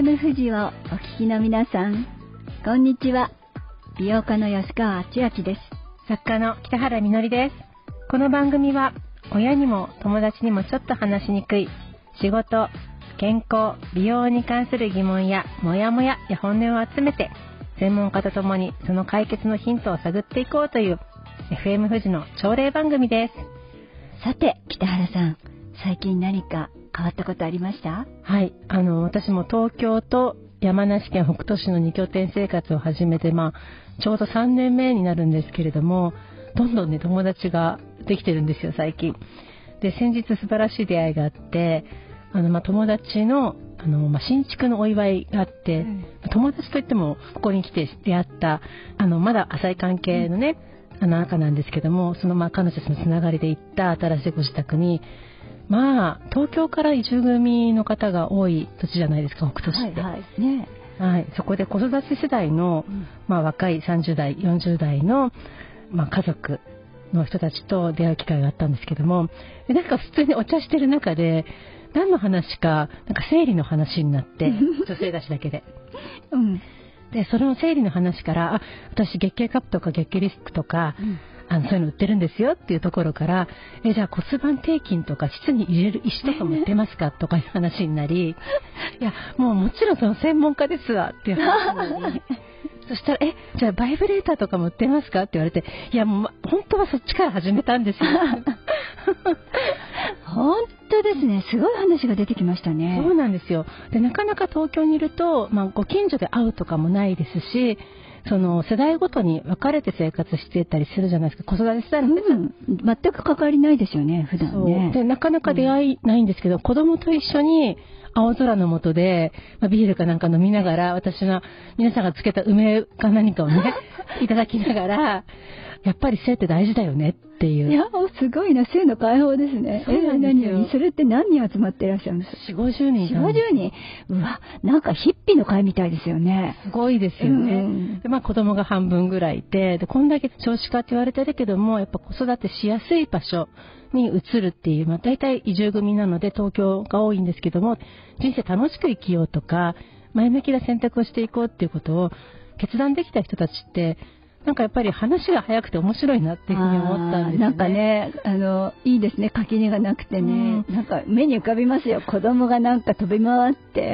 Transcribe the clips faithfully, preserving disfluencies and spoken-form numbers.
エム 富士をお聞きの皆さん、こんにちは。美容家の吉川千明です。 作家の北原みのりです。この番組は親にも友達にもちょっと話しにくい仕事、健康、美容に関する疑問やモヤモヤや本音を集めて、専門家とともにその解決のヒントを探っていこうという エフエム 富士の朝礼番組です。 さて北原さん、最近何か変わったことありました？ はい、あの私も東京と山梨県北杜市のに拠点生活を始めて、まあ、ちょうどさんねんめになるんですけれども、どんどんね友達ができてるんですよ最近で。先日素晴らしい出会いがあって、あの、まあ、友達の、あの、まあ、新築のお祝いがあって、うん、友達といってもここに来て出会ったあのまだ浅い関係のね、うん、あの中なんですけども、そのまあ彼女たちのつながりで行った新しいご自宅に、まあ東京から移住組の方が多い土地じゃないですか、北杜市って。 はいはいね、はい、 そこで子育て世代の、うん、まあ、若いさんじゅう代よんじゅう代の、まあ、家族の人たちと出会う機会があったんですけども、なんか普通にお茶してる中で何の話か、なんか生理の話になって女性たちだけで、うん、でその生理の話から、あ、私月経カップとか月経リスクとか、うん、あのそういうの売ってるんですよっていうところから、えじゃあ骨盤底筋とか膣に入れる石とかも売ってますかとかいう話になり、いやもうもちろんその専門家ですわっていう話になりそしたら、えじゃあバイブレーターとかも売ってますかって言われて、いやもう、ま、本当はそっちから始めたんですよ本当ですね、すごい話が出てきましたね。 そうなんですよ。でなかなか東京にいると、まあ、ご近所で会うとかもないですし、その世代ごとに分かれて生活してたりするじゃないですか、子育て世代の、うん、 全く関わりないですよね普段ね。 でなかなか出会いないんですけど、うん、子供と一緒に青空の下で、まあ、ビールかなんか飲みながら、私の皆さんがつけた梅か何かをねいただきながら、やっぱり性って大事だよねっていう。 いやすごいな、性の解放ですね。 そうなんですよ。 え何それって何人集まっていらっしゃるんですか？ よんじゅう、ごじゅうにん。 よんじゅう、ごじゅうにん。うわ、なんかヒッピーの会みたいですよね。 すごいですよね、うん、でまあ、子供が半分ぐらいいて、でこんだけ少子化って言われてるけども、やっぱ子育てしやすい場所に移るっていう、まあ、大体移住組なので東京が多いんですけども、人生楽しく生きようとか前向きな選択をしていこうっていうことを決断できた人たちって、なんかやっぱり話が早くて面白いなっていうふうに思ったんですね。 なんかね、あのいいですね、垣根がなくてね、うん、なんか目に浮かびますよ、子供がなんか飛び回って、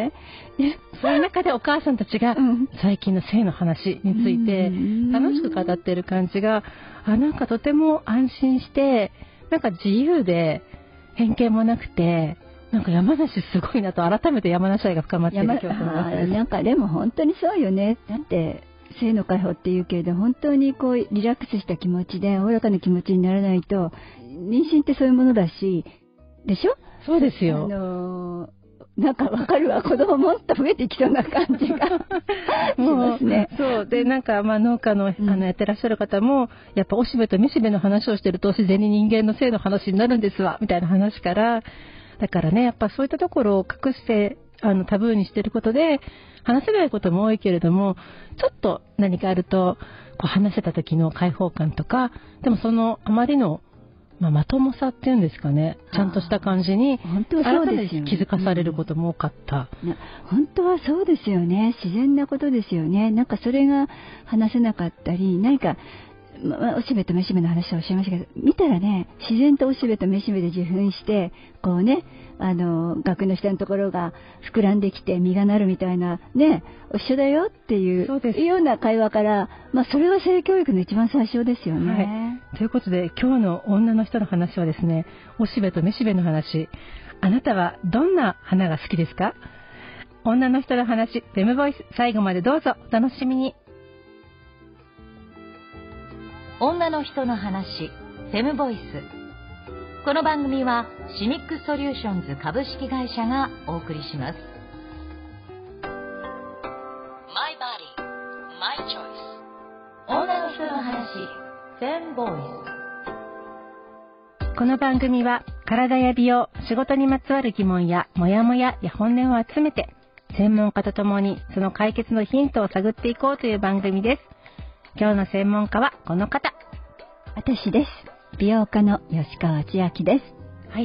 ね、そういう中でお母さんたちが最近の性の話について楽しく語っている感じが、あ、なんかとても安心して、なんか自由で偏見もなくて、なんか山梨すごいなと改めて山梨愛が深まっている今日この場です。 なんかでも本当にそうよね。だって性の解放っていうけれど、本当にこうリラックスした気持ちでおおらかな気持ちにならないと、妊娠ってそういうものだし、でしょ？ そうですよ。 あのー、なんかわかるわ、子供もっと増えてきそうな感じがしますね。 そうで、なんかまあ農家の、あのやってらっしゃる方も、やっぱおしべとめしべの話をしてると自然に人間の性の話になるんですわみたいな話から、だからね、やっぱそういったところを隠してあのタブーにしていることで話せないことも多いけれども、ちょっと何かあるとこう話せた時の解放感とか、でもそのあまりの、まあ、まともさっていうんですかね、ちゃんとした感じに本当はそうですよね、 気づかされることも多かった、 うん、本当はそうですよね、自然なことですよね。なんかそれが話せなかったり、何かまあ、おしべとめしべの話をおっしゃいましたけど、見たらね、自然とおしべとめしべで受粉して、こうね、あの額の下のところが膨らんできて実がなるみたいなね、一緒だよっていう、いうような会話から、まあ、それは性教育の一番最初ですよね、 はい、ということで今日の女の人の話はですね、おしべとめしべの話。あなたはどんな花が好きですか？女の人の話、フェムボイス、最後までどうぞお楽しみに。 女の人の話、フェムボイス。この番組はシミックソリューションズ株式会社がお送りします。My body, my choice。女の人の話、フェムボイス。この番組は体や美容、仕事にまつわる疑問やモヤモヤや本音を集めて、専門家とともにその解決のヒントを探っていこうという番組です。今日の専門家はこの方。 私です。美容家の吉川千明です。 はい、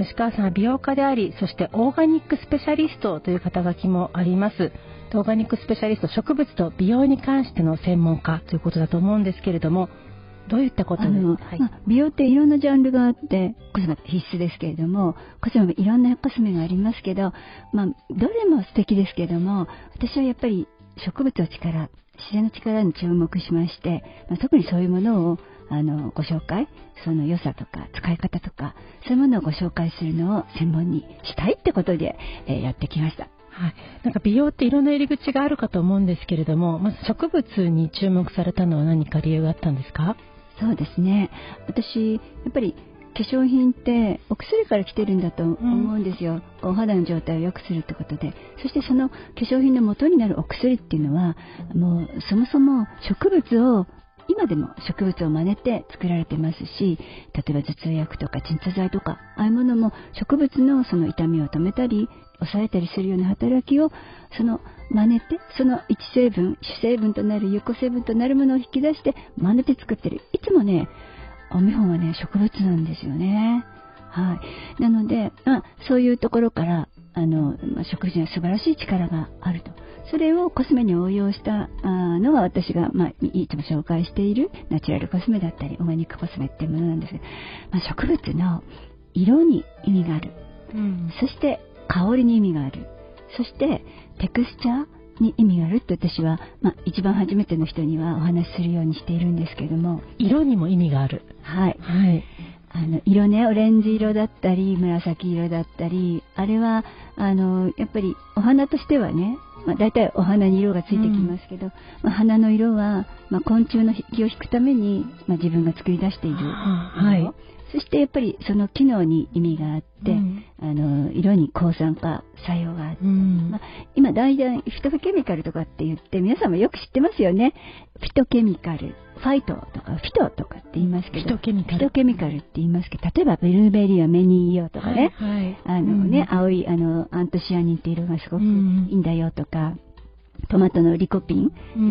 吉川さんは美容家であり、そしてオーガニックスペシャリストという肩書きもあります。オーガニックスペシャリスト、植物と美容に関しての専門家ということだと思うんですけれども、どういったことで、はい、 まあ、美容っていろんなジャンルがあって、コスメ必須ですけれども、コスメもいろんなコスメがありますけど、まあ、どれも素敵ですけれども、私はやっぱり植物の力、自然の力に注目しまして、まあ、特にそういうものをあのご紹介、その良さとか使い方とか、そういうものをご紹介するのを専門にしたいってことで、えー、やってきました。 はい、なんか美容っていろんな入り口があるかと思うんですけれども、まず植物に注目されたのは何か理由があったんですか？ そうですね、私やっぱり化粧品ってお薬から来てるんだと思うんですよ、うん、お肌の状態を良くするってことで、そしてその化粧品の元になるお薬っていうのはもうそもそも植物を今でも植物を真似て作られてますし、例えば頭痛薬とか鎮痛剤とかああいうものも植物のその痛みを止めたり抑えたりするような働きをその真似て、その一成分主成分となる有効成分となるものを引き出して真似て作ってる。いつもねお見本はね植物なんですよね。はい、なので、まあ、そういうところからあの、まあ、植物には素晴らしい力があると。それをコスメに応用したのが私が、まあ、いつも紹介しているナチュラルコスメだったりオーガニックコスメっていうものなんですが、まあ、植物の色に意味がある、うん、そして香りに意味がある、そしてテクスチャーに意味があるって私は、まあ、一番初めての人にはお話しするようにしているんですけども、 色にも意味がある。 はい、 はい、 あの色ね、オレンジ色だったり紫色だったり、あれはあのやっぱりお花としてはね、まあ、大体お花に色がついてきますけど、うん、まあ、花の色は、まあ、昆虫の気を引くために、まあ、自分が作り出している、はい、そしてやっぱりその機能に意味があって、うん、あの色に抗酸化作用があって、うん、まあ、今大体フィトケミカルとかって言って皆さんもよく知ってますよね。フィトケミカル、ファイトとかフィトとかって言いますけど、 フィトケミカル、 フィトケミカルって言いますけど、例えばブルーベリーは目にいいよとかね、はいはい、あのね、うん、青いあのアントシアニンって色がすごくいいんだよとか、トマトのリコピン色、うん、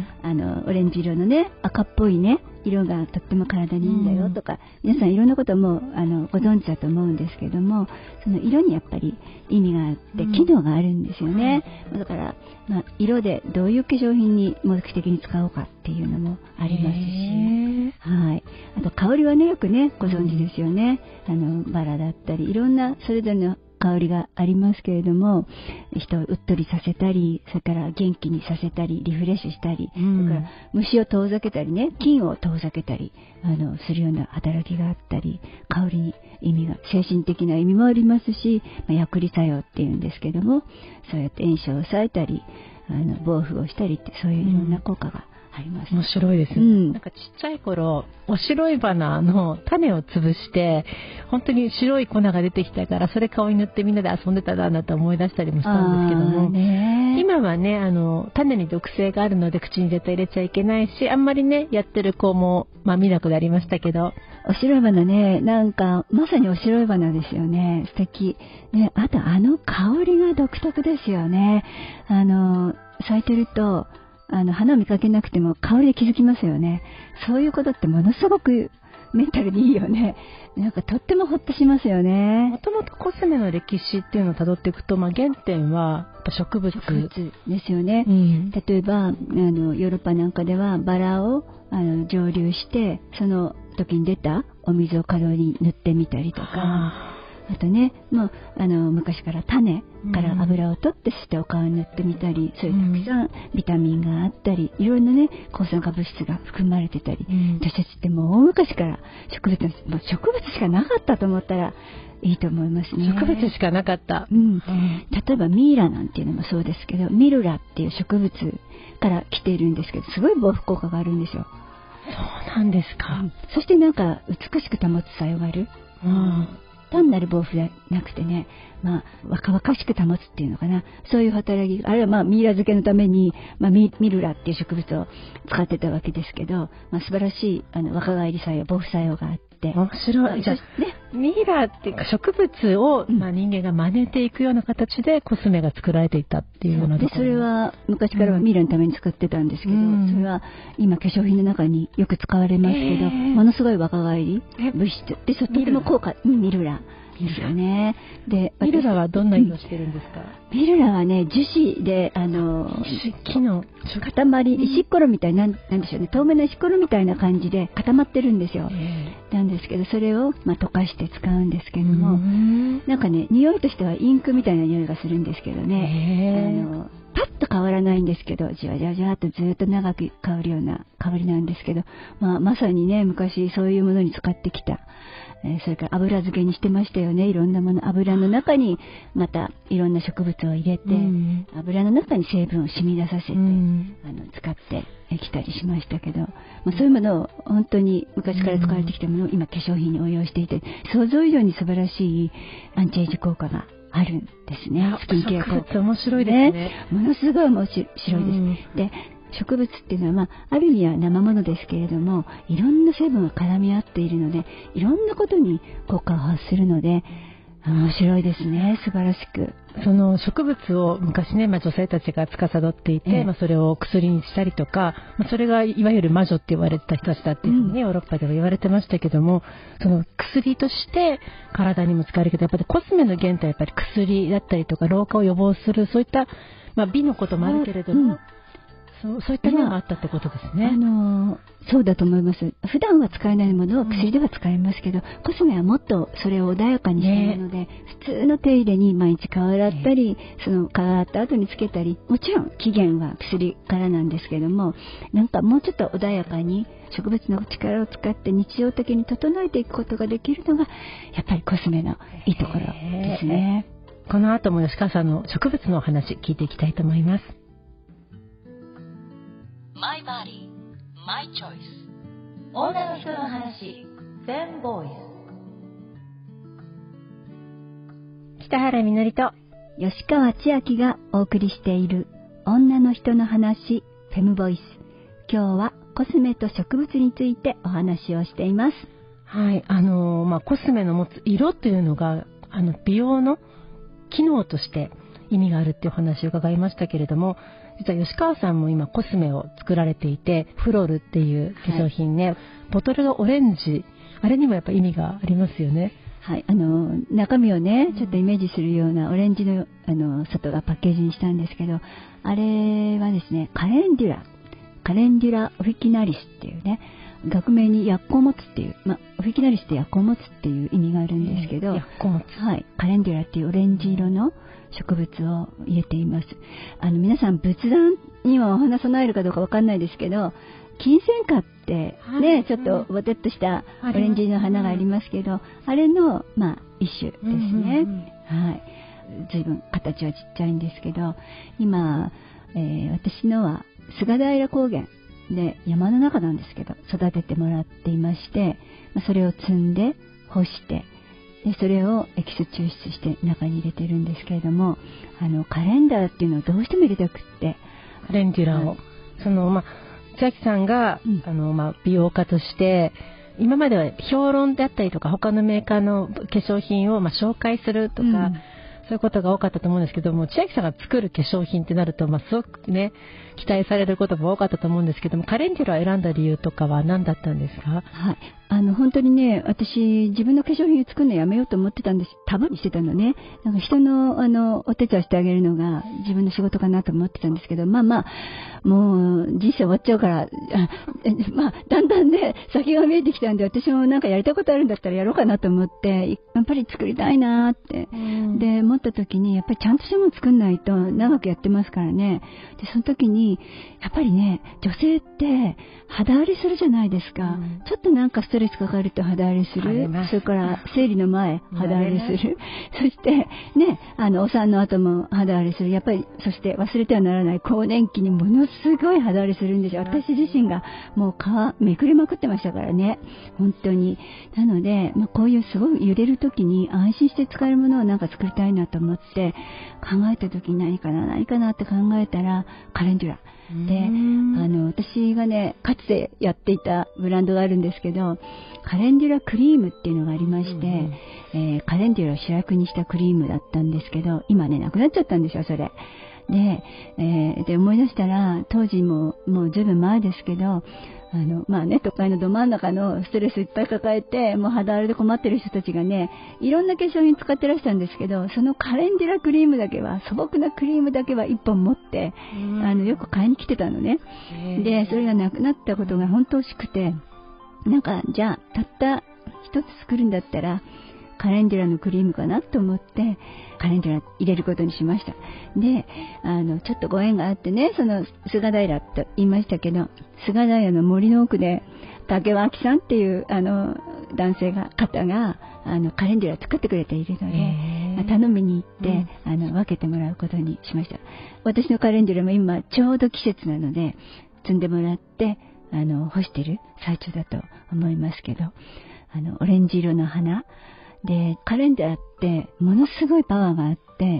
あのオレンジ色のね赤っぽいね色がとっても体にいいんだよとか、うん、皆さんいろんなこともあのご存知だと思うんですけども、その色にやっぱり意味があって機能があるんですよね、うん、だから、まあ、色でどういう化粧品に目的的に使おうかっていうのもありますし、はい、あと香りはねよくねご存知ですよね、うん、あのバラだったりいろんなそれぞれの香りがありますけれども、人をうっとりさせたり、それから元気にさせたりリフレッシュしたり、うん、それから虫を遠ざけたりね、菌を遠ざけたりあのするような働きがあったり、香りに意味が精神的な意味もありますし、まあ、薬理作用っていうんですけども、そうやって炎症を抑えたりあの防腐をしたりってそういういろんな効果が、うんあります。 面白いですね、うん、なんかちっちゃい頃お白い花の種を潰して本当に白い粉が出てきたからそれ顔に塗ってみんなで遊んでたなと思い出したりもしたんですけども、今はねあの種に毒性があるので口に絶対入れちゃいけないし、あんまりねやってる子も、まあ、見なくなりましたけど、 お白い花ね、なんかまさにお白い花ですよね。素敵ね。あとあの香りが独特ですよね。あの咲いてるとあの花を見かけなくても香りで気づきますよね。そういうことってものすごくメンタルにいいよね。なんかとってもホッとしますよね。 もともとコスメの歴史っていうのをたどっていくと、まあ、原点はやっぱ植物植物ですよね、うん、例えばあのヨーロッパなんかではバラをあの蒸留してその時に出たお水を体に塗ってみたりとか、あとね、もうあの昔から種から油を取ってしてお顔に塗ってみたり、それたくさんビタミンがあったり、いろいろなね抗酸化物質が含まれてたり、うん、私たちってもう大昔から植物の、まあ、植物しかなかったと思ったらいいと思いますね。 植物しかなかった、 うん、例えばミイラなんていうのもそうですけど、ミルラっていう植物から来ているんですけど、すごい防腐効果があるんですよ。 そうなんですか、うん、 そしてなんか美しく保つ作用がある、うん単なる防腐じゃなくてね、まあ、若々しく保つっていうのかな、そういう働き、あるいはまあミイラ漬けのために、まあ、ミ, ミルラっていう植物を使ってたわけですけど、まあ、素晴らしいあの若返り作用、防腐作用があって、 面白い。じゃあ、ね、ミイラっていうか植物を、まあ、人間が真似ていくような形でコスメが作られていたっていうようなところ。 でそれは昔からはミイラのために使ってたんですけど、うん、それは今化粧品の中によく使われますけど、えー、ものすごい若返り物質でとても効果、ミルラですよね。で、 ビルラはどんな色してるんですか？ ビルラはね、樹脂で、あの、 木の塊、石ころみたいな、なんでしょうね、透明な石ころみたいな感じで固まってるんですよ。なんですけど、それを、まあ、溶かして使うんですけども、なんかね、匂いとしてはインクみたいな匂いがするんですけどね、あの、パッと変わらないんですけど、じわじわじわっとずっと長く香るような香りなんですけど、まあ、まさにね、昔そういうものに使ってきた、えー、それから油漬けにしてましたよね。いろんなもの、油の中にまたいろんな植物を入れて、うん、油の中に成分を染み出させて、うん、あの使ってきたりしましたけど、まあ、そういうものを本当に昔から使われてきたものを今化粧品に応用していて、想像以上に素晴らしいアンチエイジ効果があるんですね。スキンケア効果。 面白いですね。 ね、ものすごい面白いです。うん、で、植物っていうのは、まあ、ある意味は生ものですけれども、いろんな成分が絡み合っているので、いろんなことに効果を発するので、面白いですね。素晴らしく。 その植物を昔ね、まあ、女性たちが司っていて、ええ、まあ、それを薬にしたりとか、まあ、それがいわゆる魔女って言われてた人たちだっていうふうにね、うん、ヨーロッパでは言われてましたけども、その薬として体にも使えるけど、やっぱりコスメの原点はやっぱり薬だったりとか、老化を予防する、そういった、まあ、美のこともあるけれども、そう、そういった面があったってことですね。 あのそうだと思います。普段は使えないものを薬では使えますけど、うん、コスメはもっとそれを穏やかにしたもので、ね、普通の手入れに毎日顔洗ったり、ね、その顔洗った後につけたり、もちろん起源は薬からなんですけども、なんかもうちょっと穏やかに植物の力を使って日常的に整えていくことができるのがやっぱりコスメのいいところですね。 この後も吉川さんの植物のお話聞いていきたいと思います。 My Body, My Choice 女の人の話 Fem Voice 北原みのりと吉川千明がお送りしている女の人の話 Fem Voice。 今日はコスメと植物についてお話をしています。 はい、あのーまあ、コスメの持つ色というのがあの美容の機能として意味があるっていうお話を伺いましたけれども、実は吉川さんも今コスメを作られていて、フロールっていう化粧品ね、はい、ボトルがオレンジ、あれにもやっぱ意味がありますよね。 はい、あの中身をねちょっとイメージするようなオレンジの、あの外がパッケージにしたんですけど、あれはですね、カレンデュラカレンデュラオフィキナリスっていうね、学名に薬効を持つっていう、まあ、オフィキナリスって薬効を持つっていう意味があるんですけど、 薬効を持つ、 はい、カレンデュラっていうオレンジ色の植物を入れています。あの皆さん仏壇にはお花備えるかどうかわかんないですけど、金銭花ってね、はい、ちょっとボテッとしたオレンジの花がありますけど、あ, あれの、まあ、一種ですね、うんうんうん、はい、随分形はちっちゃいんですけど、今、えー、私のは菅平高原で山の中なんですけど育ててもらっていまして、それを摘んで干してでそれをエキス抽出して中に入れてるんですけれども、あのカレンダーっていうのをどうしても入れたくってカレンデュラを、はい、そのまあ千秋さんが、うん、あのまあ、美容家として今までは評論であったりとか他のメーカーの化粧品をまあ紹介するとか、うん、そういうことが多かったと思うんですけども、千秋さんが作る化粧品ってなると、まあ、すごくね期待されることも多かったと思うんですけども、カレンデュラを選んだ理由とかは何だったんですか？ はい、あの本当にね、私自分の化粧品を作るのやめようと思ってたんです。タブにしてたのね。なんか人のあのお手伝いしてあげるのが自分の仕事かなと思ってたんですけど、まあまあもう人生終わっちゃうからまあだんだんね先が見えてきたんで、私もなんかやりたいことあるんだったらやろうかなと思って、やっぱり作りたいなって、うん、で思った時にやっぱりちゃんとしたもの作んないと長くやってますからね。でその時にやっぱりね、女性って肌荒れするじゃないですか、うん、ちょっとなんかストレスかかると肌荒れする、それから生理の前肌荒れする、そしてね、あのお産の後も肌荒れする、やっぱりそして忘れてはならない更年期にものすごい肌荒れするんですよ。私自身がもう皮めくれまくってましたからね、本当に。なので、まあ、こういうすごい揺れる時に安心して使えるものをなんか作りたいなと思って考えた時に何かな何かなって考えたらカレンデュラで、あの私がねかつてやっていたブランドがあるんですけど、カレンデュラクリームっていうのがありまして、うんうんえー、カレンデュラを主役にしたクリームだったんですけど、今ねなくなっちゃったんですよそれで、えー、で思い出したら当時ももうずいぶん前ですけど、 あの、まあね、都会のど真ん中のストレスいっぱい抱えて、もう肌荒れで困ってる人たちがね、いろんな化粧品使ってらしたんですけど、そのカレンデュラクリームだけは、素朴なクリームだけはいっぽん持って、あの、よく買いに来てたのね。で、それがなくなったことが本当惜しくて、なんか、じゃあ、たった一つ作るんだったら、カレンデュラのクリームかなと思って、カレンデュラ入れることにしました。で、あの、ちょっとご縁があってね、その、菅平と言いましたけど、菅平の森の奥で、竹脇さんっていう、あの、男性が、方が、あの、カレンデュラ作ってくれているので、頼みに行って、うん、あの、分けてもらうことにしました。私のカレンデュラも今、ちょうど季節なので、摘んでもらって、あの、干してる最中だと思いますけど、あの、オレンジ色の花、で、カレンデュラってものすごいパワーがあって、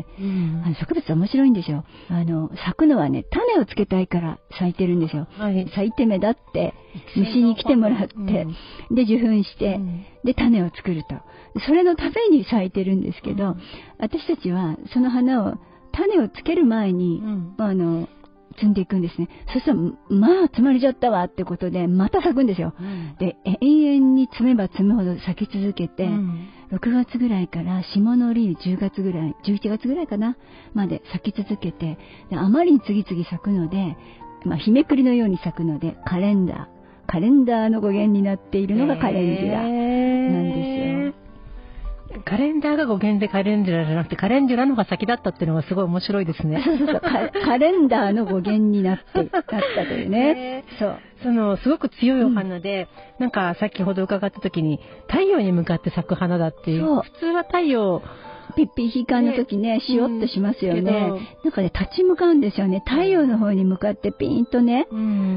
うん、あの植物面白いんですよ。あの、咲くのはね、種をつけたいから咲いてるんですよ。はい、咲いて目立って、虫に来てもらって、うん、で、受粉して、うん、で、種を作ると。それのために咲いてるんですけど、うん、私たちはその花を、種をつける前に、うん、あの、摘んでいくんですね。そしたら、まあ、摘まれちゃったわってことで、また咲くんですよ。うん、で、永遠に摘めば摘むほど咲き続けて、うん、ろくがつぐらいから霜の降りるじゅうがつぐらい、じゅういちがつぐらいかな、まで咲き続けて、であまりに次々咲くので、まあ、日めくりのように咲くので、カレンダー、カレンダーの語源になっているのがカレンデュラなんですよ。 カレンダーが語源でカレンデュラじゃなくてカレンデュラの方が先だったっていうのがすごい面白いですね。 そうそうそう、カレンダーの語源になってなったというね。 そうそのすごく強いお花で、うん、なんか先ほど伺った時に太陽に向かって咲く花だっていう。普通は太陽ピッピーヒカの時ね、しよっとしますよね、うん、なんかね、立ち向かうんですよね。太陽の方に向かってピーンとね、うん、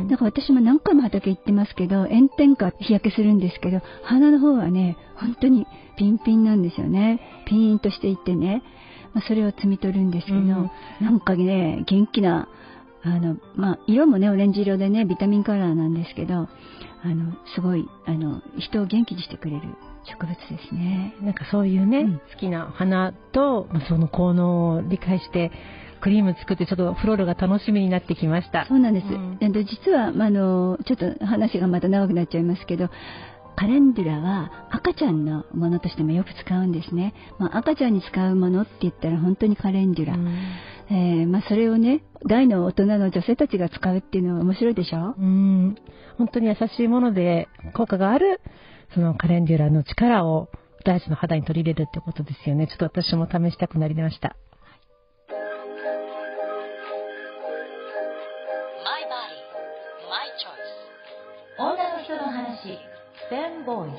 だから私も何回も畑行ってますけど、炎天下日焼けするんですけど、花の方はね、本当にピンピンなんですよね。ピーンとしていってね、まあ、それを摘み取るんですけど、うん、なんかね、元気な、あの、まあ、色もね、オレンジ色でね、ビタミンカラーなんですけど、あの、すごい、あの、人を元気にしてくれる植物ですね。 なんかそういうね、うん、好きな花と、まあ、その効能を理解してクリーム作って、ちょっとフローラが楽しみになってきました。 そうなんです、うん、で実は、まあ、あのちょっと話がまた長くなっちゃいますけど、カレンデュラは赤ちゃんのものとしてもよく使うんですね、まあ、赤ちゃんに使うものって言ったら本当にカレンデュラ、うん、えーまあ、それをね、大の大人の女性たちが使うっていうのは面白いでしょ。 うん、本当に優しいもので効果があるそのカレンデュラの力を私たちの肌に取り入れるってことですよね。ちょっと私も試したくなりました。 女の人の話、フェムボイ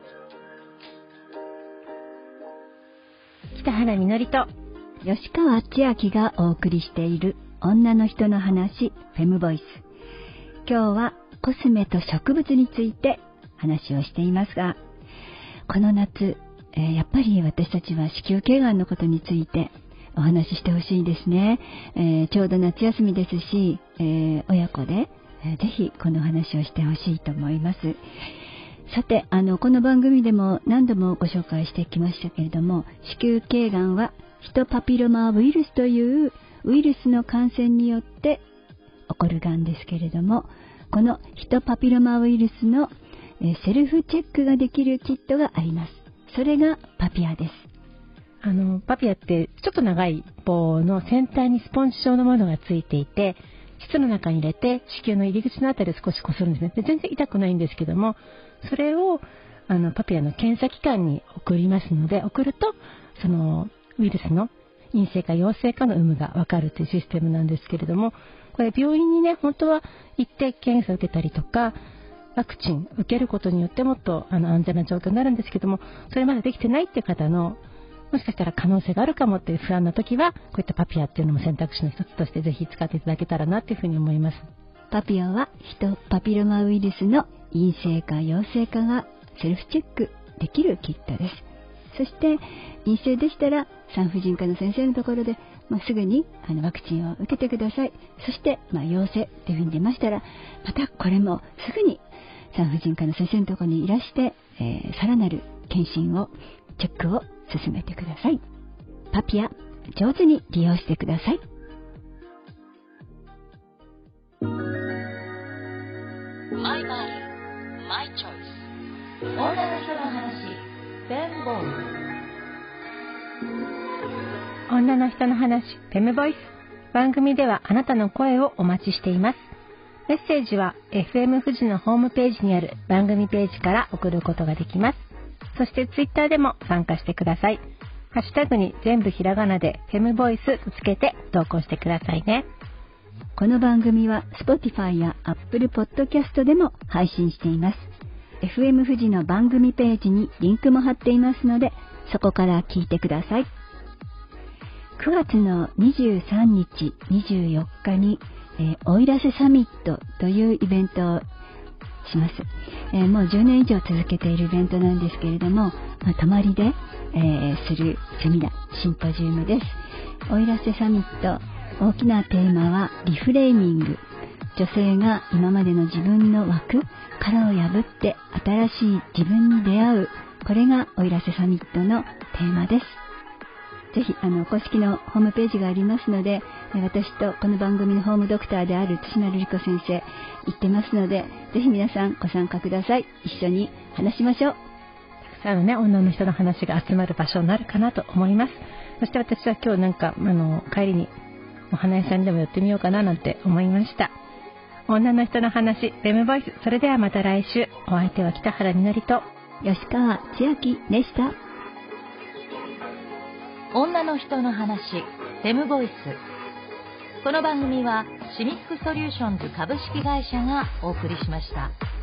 ス。北原みのりと吉川千明がお送りしている女の人の話、フェムボイス。今日はコスメと植物について話をしていますが、この夏、えー、やっぱり私たちは子宮頸がんのことについてお話ししてほしいですね、えー、ちょうど夏休みですし、えー、親子で、えー、ぜひこの話をしてほしいと思います。さて、あのこの番組でも何度もご紹介してきましたけれども、子宮頸がんはヒトパピロマウイルスというウイルスの感染によって起こるがんですけれども、このヒトパピロマウイルスのセルフチェックができるキットがあります。それがパピアです。 あのパピアってちょっと長い棒の先端にスポンジ状のものがついていて、膣の中に入れて子宮の入り口のあたりを少しこするんですね。で全然痛くないんですけども、それをあのパピアの検査機関に送りますので、送るとそのウイルスの陰性か陽性かの有無が分かるというシステムなんですけれども、これ病院にね、本当は行って検査を受けたりとかワクチン受けることによってもっとあの安全な状況になるんですけども、それまでできてないっていう方のもしかしたら可能性があるかもっていう不安な時は、こういったパピアっていうのも選択肢の一つとしてぜひ使っていただけたらなっていうふうに思います。 パピアはヒトパピロマウイルスの陰性か陽性かがセルフチェックできるキットです。そして陰性でしたら産婦人科の先生のところで、まあ、すぐにあのワクチンを受けてください。そして、まあ、陽性っていうふうに出ましたら、またこれもすぐに産婦人科の先生のところにいらして、えー、さらなる検診をチェックを進めてください。パピア上手に利用してください。 マイバイマイチョイス。女の人の話、フェムボイス。 女の人の話、フェムボイス。番組ではあなたの声をお待ちしています。メッセージは エフエム 富士のホームページにある番組ページから送ることができます。そしてツイッターでも参加してください。ハッシュタグに全部ひらがなでフェムボイスとつけて投稿してくださいね。 この番組は Spotify や Apple Podcast でも配信しています。エフエム 富士の番組ページにリンクも貼っていますので、そこから聞いてください。くがつのにじゅうさんにち、にじゅうよっかに、えー、おいらせサミットというイベントをします。えー、もうじゅうねん以上続けているイベントなんですけれども、まあ、泊まりで、えー、するセミナー、シンポジウムです。おいらせサミット、大きなテーマはリフレーミング。女性が今までの自分の枠、殻を破って新しい自分に出会う。これがおいらせサミットのテーマです。ぜひ、あの、公式のホームページがありますので、私とこの番組のホームドクターである津島瑠璃子先生、言ってますので、ぜひ皆さんご参加ください。一緒に話しましょう。 たくさんのね、女の人の話が集まる場所になるかなと思います。そして私は今日なんか、あの、帰りにお花屋さんでも寄ってみようかななんて思いました。女の人の話、フェムボイス。それではまた来週。お相手は北原みのりと吉川千秋でした。 女の人の話、フェムボイス。この番組はシミックソリューションズ株式会社がお送りしました。